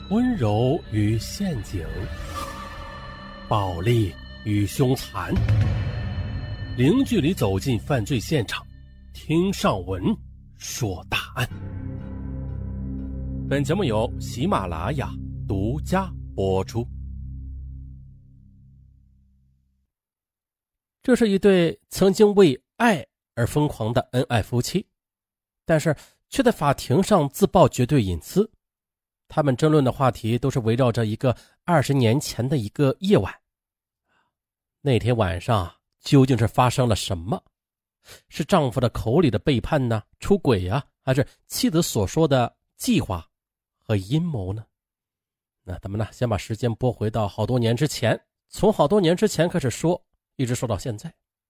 温柔与陷阱，暴力与凶残，零距离走进犯罪现场，听上文说大案。本节目由喜马拉雅独家播出。这是一对曾经为爱而疯狂的恩爱夫妻，但是却在法庭上自曝绝对隐私。他们争论的话题都是围绕着一个20年前的一个夜晚。那天晚上究竟是发生了什么？是丈夫的口里的背叛呢？出轨啊？还是妻子所说的计划和阴谋呢？那咱们呢，先把时间拨回到好多年之前，从好多年之前开始说，一直说到现在。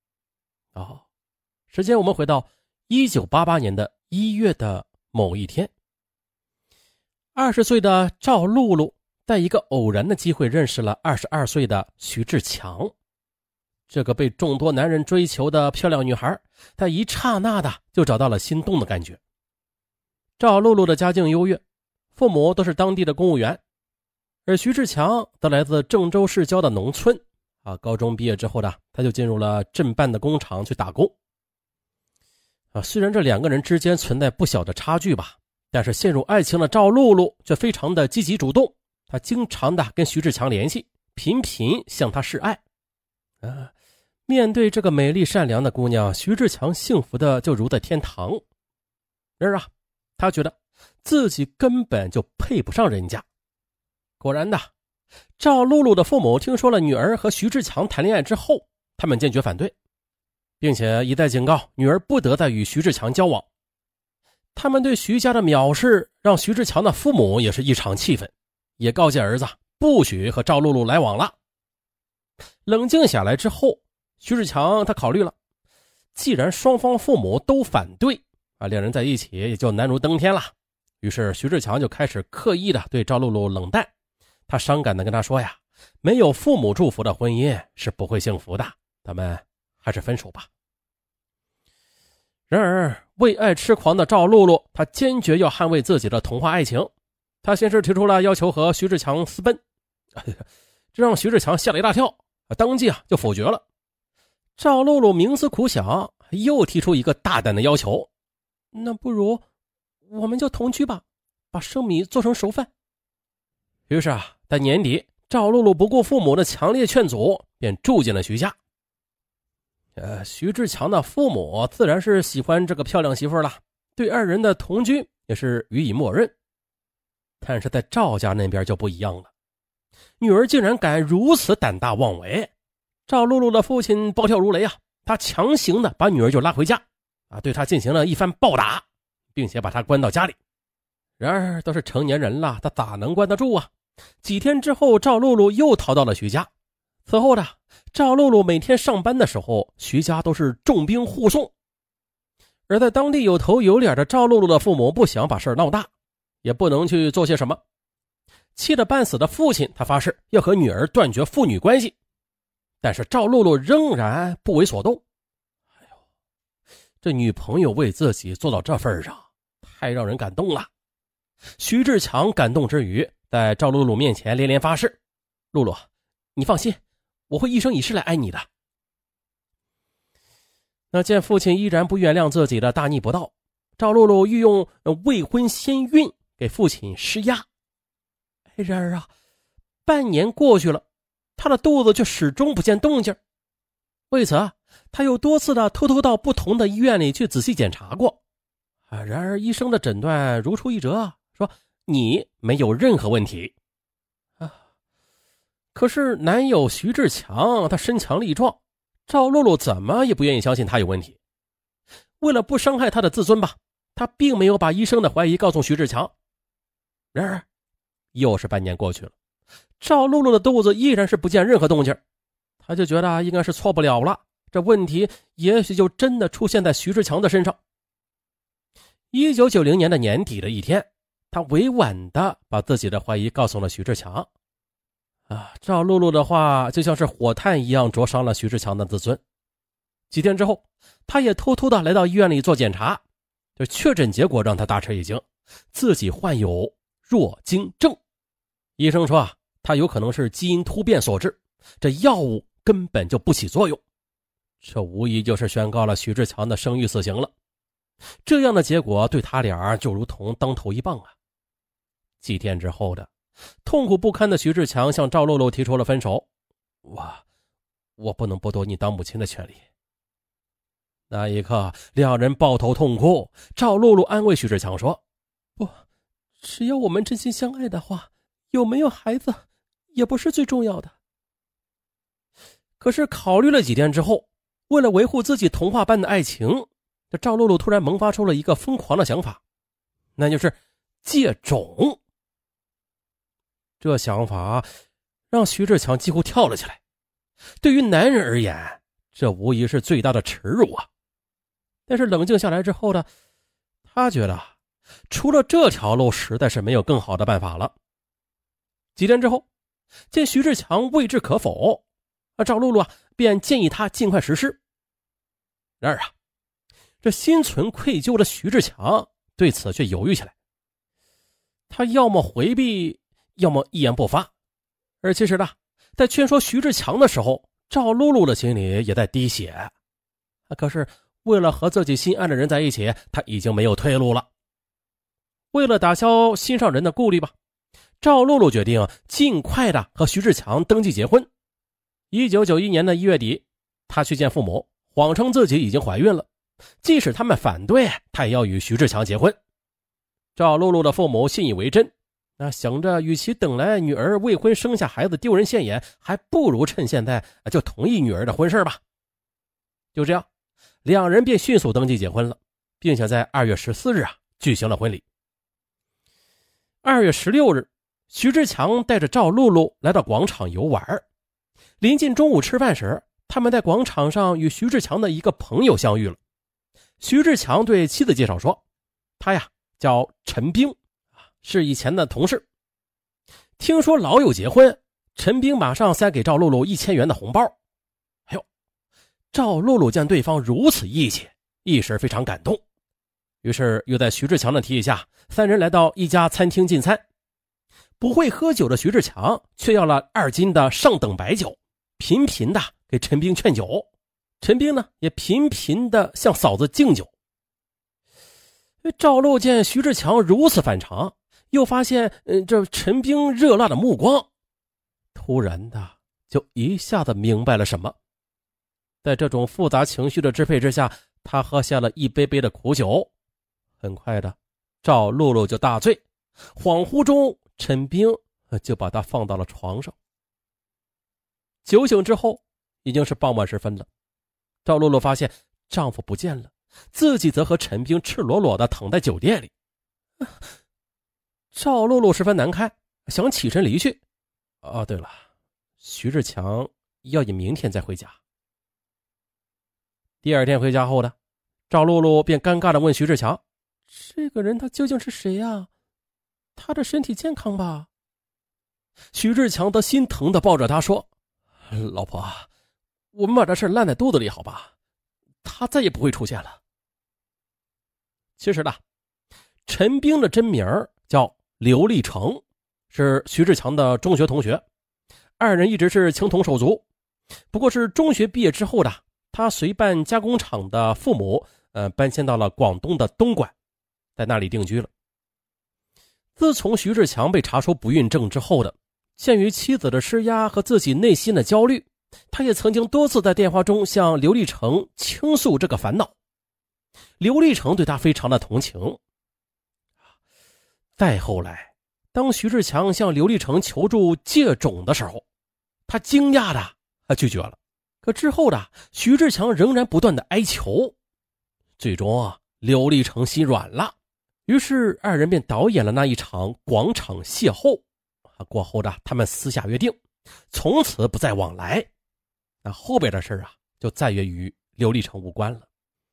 时间我们回到1988年的1月的某一天。20岁的赵露露在一个偶然的机会认识了22岁的徐志强。这个被众多男人追求的漂亮女孩，她一刹那的就找到了心动的感觉。赵露露的家境优越，父母都是当地的公务员，而徐志强则来自郑州市郊的农村。高中毕业之后呢，他就进入了镇办的工厂去打工。虽然这两个人之间存在不小的差距吧，但是陷入爱情的赵露露却非常的积极主动，她经常的跟徐志强联系，频频向他示爱。面对这个美丽善良的姑娘，徐志强幸福的就如在天堂。然而他觉得自己根本就配不上人家。果然的，赵露露的父母听说了女儿和徐志强谈恋爱之后，他们坚决反对，并且一再警告女儿不得再与徐志强交往。他们对徐家的藐视让徐志强的父母也是异常气愤，也告诫儿子不许和赵露露来往了。冷静下来之后，徐志强他考虑了，既然双方父母都反对两人在一起也就难如登天了。于是徐志强就开始刻意的对赵露露冷淡，他伤感的跟他说呀，没有父母祝福的婚姻是不会幸福的，咱们还是分手吧。然而为爱痴狂的赵露露，她坚决要捍卫自己的童话爱情。她先是提出了要求和徐志强私奔，这让徐志强吓了一大跳，当即就否决了。赵露露冥思苦想，又提出一个大胆的要求，那不如我们就同居吧，把生米做成熟饭。于是在年底，赵露露不顾父母的强烈劝阻，便住进了徐家。徐志强的父母自然是喜欢这个漂亮媳妇了，对二人的同居也是予以默认。但是在赵家那边就不一样了，女儿竟然敢如此胆大妄为。赵露露的父亲暴跳如雷他强行的把女儿就拉回家对她进行了一番暴打，并且把她关到家里。然而都是成年人了，他咋能关得住几天之后，赵露露又逃到了徐家。此后的赵露露每天上班的时候，徐家都是重兵护送。而在当地有头有脸的赵露露的父母不想把事闹大，也不能去做些什么。气得半死的父亲，他发誓要和女儿断绝父女关系。但是赵露露仍然不为所动。这女朋友为自己做到这份上，太让人感动了。徐志强感动之余，在赵露露面前连连发誓，露露，你放心，我会一生一世来爱你的。那见父亲依然不原谅自己的大逆不道，赵露露欲用未婚先孕给父亲施压。然而半年过去了，她的肚子却始终不见动静。为此她又多次的偷偷到不同的医院里去仔细检查过。然而医生的诊断如出一辙，说你没有任何问题可是男友徐志强他身强力壮，赵露露怎么也不愿意相信他有问题。为了不伤害他的自尊吧，他并没有把医生的怀疑告诉徐志强。然而又是半年过去了，赵露露的肚子依然是不见任何动静。他就觉得应该是错不了了，这问题也许就真的出现在徐志强的身上。1990年的年底的一天，他委婉地把自己的怀疑告诉了徐志强。赵露露的话就像是火炭一样灼伤了徐志强的自尊。几天之后，他也偷偷的来到医院里做检查，这确诊结果让他大吃一惊，自己患有弱精症。 医生说他有可能是基因突变所致，这药物根本就不起作用。这无疑就是宣告了徐志强的生育死刑了。这样的结果对他俩就如同当头一棒啊！几天之后的，痛苦不堪的徐志强向赵露露提出了分手。我不能剥夺你当母亲的权利。那一刻，两人抱头痛哭。赵露露安慰徐志强说：不，只要我们真心相爱的话，有没有孩子也不是最重要的。可是考虑了几天之后，为了维护自己童话般的爱情，这赵露露突然萌发出了一个疯狂的想法，那就是借种。这想法让徐志强几乎跳了起来。对于男人而言，这无疑是最大的耻辱啊！但是冷静下来之后呢，他觉得除了这条路实在是没有更好的办法了。几天之后，见徐志强未置可否，赵露露便建议他尽快实施。然而这心存愧疚的徐志强对此却犹豫起来。他要么回避，要么一言不发。而其实在劝说徐志强的时候，赵露露的心里也在滴血。可是为了和自己心爱的人在一起，他已经没有退路了。为了打消心上人的顾虑吧，赵露露决定尽快的和徐志强登记结婚。1991年的1月底，她去见父母，谎称自己已经怀孕了，即使他们反对，她也要与徐志强结婚。赵露露的父母信以为真，想着与其等来女儿未婚生下孩子丢人现眼，还不如趁现在就同意女儿的婚事吧。就这样，两人便迅速登记结婚了，并且在2月14日举行了婚礼。2月16日，徐志强带着赵露露来到广场游玩。临近中午吃饭时，他们在广场上与徐志强的一个朋友相遇了。徐志强对妻子介绍说，他叫陈冰，是以前的同事。听说老友结婚，陈冰马上塞给赵露露1000元的红包。赵露露见对方如此义气，一时非常感动。于是又在徐志强的提议下，三人来到一家餐厅进餐。不会喝酒的徐志强却要了2斤的上等白酒，频频的给陈冰劝酒。陈冰呢也频频的向嫂子敬酒。赵露见徐志强如此反常，又发现这陈冰热辣的目光，突然的就一下子明白了什么。在这种复杂情绪的支配之下，他喝下了一杯杯的苦酒。很快的，赵露露就大醉，恍惚中陈冰就把他放到了床上。酒醒之后已经是傍晚时分了，赵露露发现丈夫不见了，自己则和陈冰赤裸裸地躺在酒店里。赵露露十分难堪，想起身离去。对了，徐志强要你明天再回家。第2天回家后呢，赵露露便尴尬地问徐志强，这个人他究竟是谁呀？他的身体健康吧？徐志强则心疼地抱着他说，老婆，我们把这事烂在肚子里好吧，他再也不会出现了。其实陈冰的真名叫刘立成，是徐志强的中学同学，二人一直是情同手足。不过是中学毕业之后的，他随办加工厂的父母搬迁到了广东的东莞，在那里定居了。自从徐志强被查出不孕症之后的，鉴于妻子的施压和自己内心的焦虑，他也曾经多次在电话中向刘立成倾诉这个烦恼。刘立成对他非常的同情。再后来，当徐志强向刘立成求助借种的时候，他惊讶的拒绝了。可之后的徐志强仍然不断的哀求，最终刘立成心软了，于是二人便导演了那一场广场邂逅。过后的他们私下约定，从此不再往来。那后边的事就再也与刘立成无关了。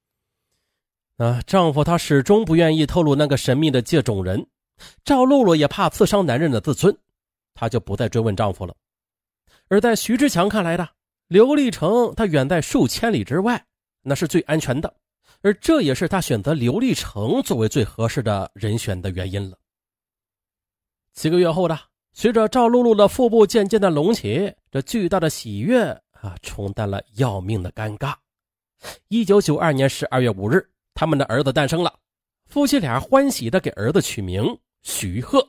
丈夫他始终不愿意透露那个神秘的借种人，赵露露也怕刺伤男人的自尊，她就不再追问丈夫了。而在徐志强看来的，刘立成他远在数千里之外，那是最安全的，而这也是他选择刘立成作为最合适的人选的原因了。几个月后的随着赵露露的腹部渐渐的隆起，这巨大的喜悦冲淡了要命的尴尬。1992年12月5日，他们的儿子诞生了，夫妻俩欢喜的给儿子取名徐鹤。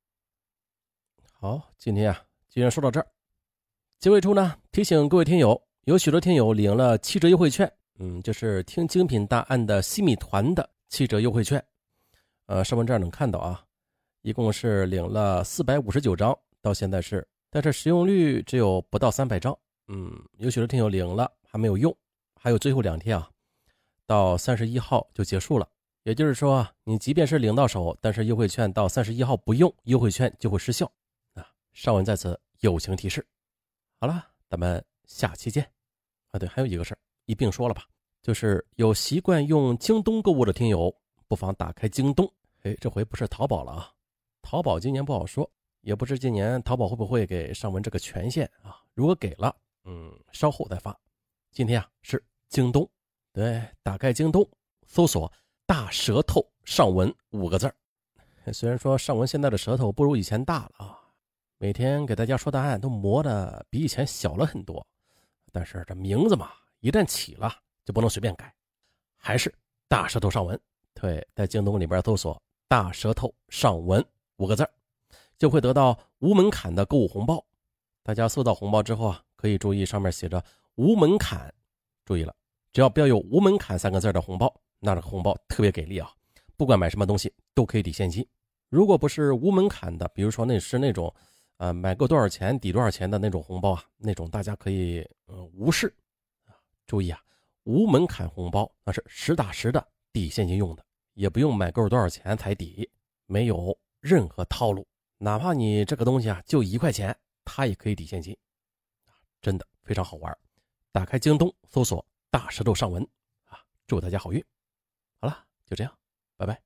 好，今天既然说到这儿，结尾处呢提醒各位听友，有许多听友领了7折优惠券，就是听精品大案的西米团的7折优惠券。上文这儿能看到一共是领了459张，到现在是，但是使用率只有不到300张。有许多听友领了还没有用，还有最后2天到31号就结束了。也就是说你即便是领到手，但是优惠券到31号不用，优惠券就会失效。上文在此友情提示。好了，咱们下期见。对，还有一个事儿一并说了吧，就是有习惯用京东购物的听友，不妨打开京东。这回不是淘宝了淘宝今年不好说，也不知今年淘宝会不会给上文这个权限如果给了，稍后再发。今天是京东，对，打开京东，搜索大舌头上文5个字。虽然说上文现在的舌头不如以前大了每天给大家说答案都磨得比以前小了很多，但是这名字嘛，一旦起了就不能随便改，还是大舌头上文。对，在京东里边搜索大舌头上文5个字，就会得到无门槛的购物红包。大家收到红包之后可以注意上面写着无门槛，注意了，只要标有无门槛3个字的红包，那这个红包特别给力不管买什么东西都可以抵现金。如果不是无门槛的，比如说那是那种买够多少钱抵多少钱的那种红包那种大家可以无视。注意无门槛红包那是实打实的抵现金用的，也不用买够多少钱才抵，没有任何套路，哪怕你这个东西就1块钱，它也可以抵现金，真的非常好玩。打开京东搜索大舌头上文祝大家好运。好了，就这样，拜拜。